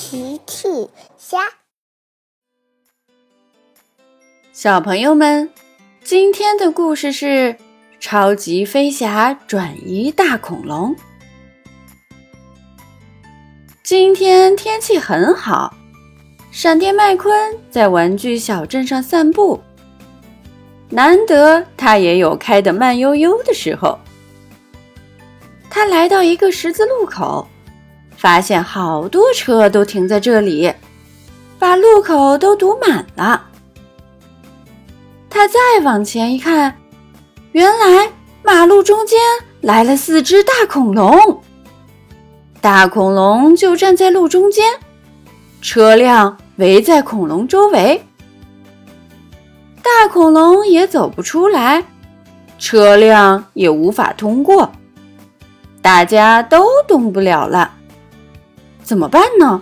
奇趣虾。 小朋友们，今天的故事是超级飞侠转移大恐龙。今天天气很好，闪电麦昆在玩具小镇上散步，难得他也有开得慢悠悠的时候。他来到一个十字路口，发现好多车都停在这里，把路口都堵满了。他再往前一看，原来马路中间来了4只大恐龙。大恐龙就站在路中间，车辆围在恐龙周围。大恐龙也走不出来，车辆也无法通过，大家都动不了了。怎么办呢？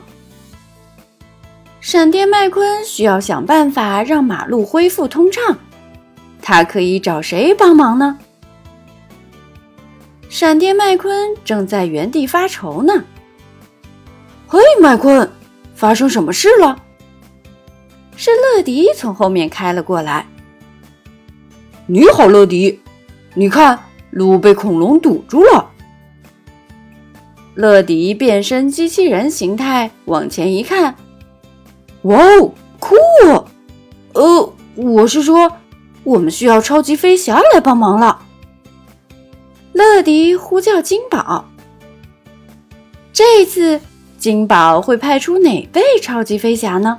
闪电麦昆需要想办法让马路恢复通畅，他可以找谁帮忙呢？闪电麦昆正在原地发愁呢。嘿，麦昆，发生什么事了？是乐迪从后面开了过来。你好，乐迪，你看，路被恐龙堵住了。乐迪变身机器人形态往前一看，哇哦，酷哦！我是说，我们需要超级飞侠来帮忙了。乐迪呼叫金宝。这次金宝会派出哪位超级飞侠呢？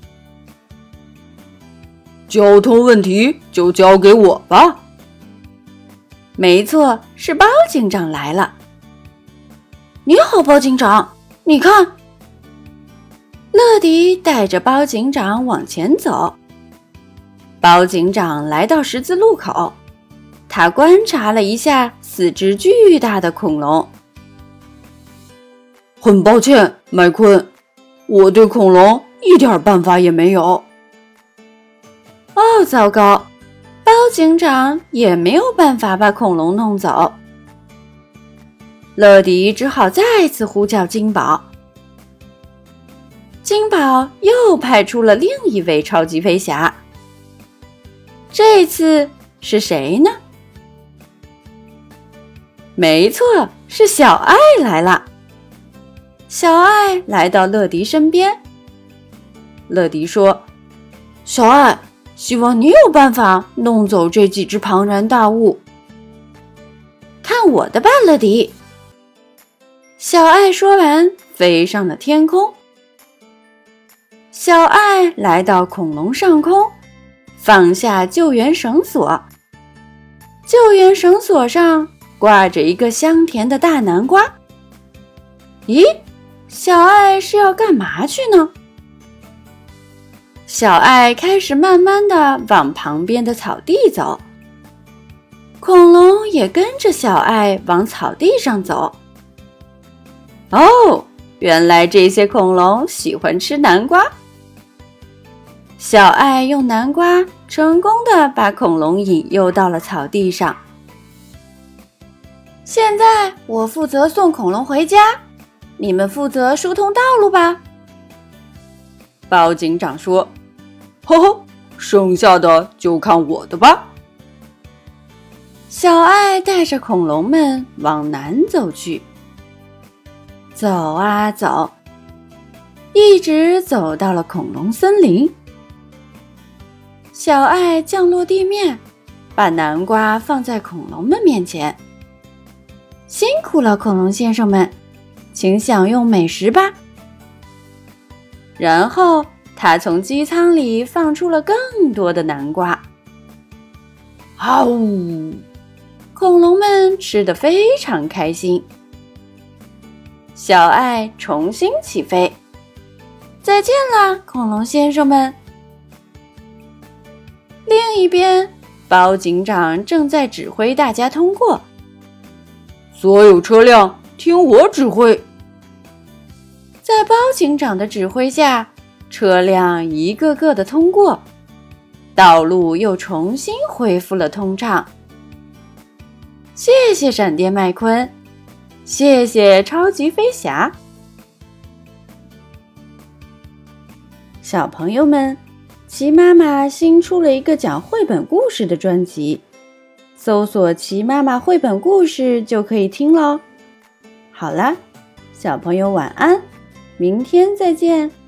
交通问题就交给我吧。没错，是包警长来了。你好，包警长，你看。乐迪带着包警长往前走。包警长来到十字路口，他观察了一下4只巨大的恐龙。很抱歉，麦昆，我对恐龙一点办法也没有。哦，糟糕，包警长也没有办法把恐龙弄走。乐迪只好再次呼叫金宝。金宝又派出了另一位超级飞侠。这次是谁呢？没错，是小爱来了。小爱来到乐迪身边。乐迪说：小爱，希望你有办法弄走这几只庞然大物。看我的吧，乐迪。小爱说完，飞上了天空。小爱来到恐龙上空，放下救援绳索。救援绳索上挂着一个香甜的大南瓜。咦，小爱是要干嘛去呢？小爱开始慢慢地往旁边的草地走，恐龙也跟着小爱往草地上走。哦，原来这些恐龙喜欢吃南瓜。小爱用南瓜成功地把恐龙引诱到了草地上。现在我负责送恐龙回家，你们负责疏通道路吧。包警长说：呵呵，剩下的就看我的吧。小爱带着恐龙们往南走去。走啊走，一直走到了恐龙森林。小爱降落地面，把南瓜放在恐龙们面前。辛苦了，恐龙先生们，请享用美食吧。然后他从机舱里放出了更多的南瓜。啊呜！恐龙们吃得非常开心。小爱重新起飞。再见啦，恐龙先生们。另一边，包警长正在指挥大家通过。所有车辆听我指挥。在包警长的指挥下，车辆一个个的通过，道路又重新恢复了通畅。谢谢闪电麦昆，谢谢超级飞侠。 小朋友们，齐妈妈新出了一个讲绘本故事的专辑，搜索齐妈妈绘本故事就可以听咯。好啦，小朋友晚安，明天再见。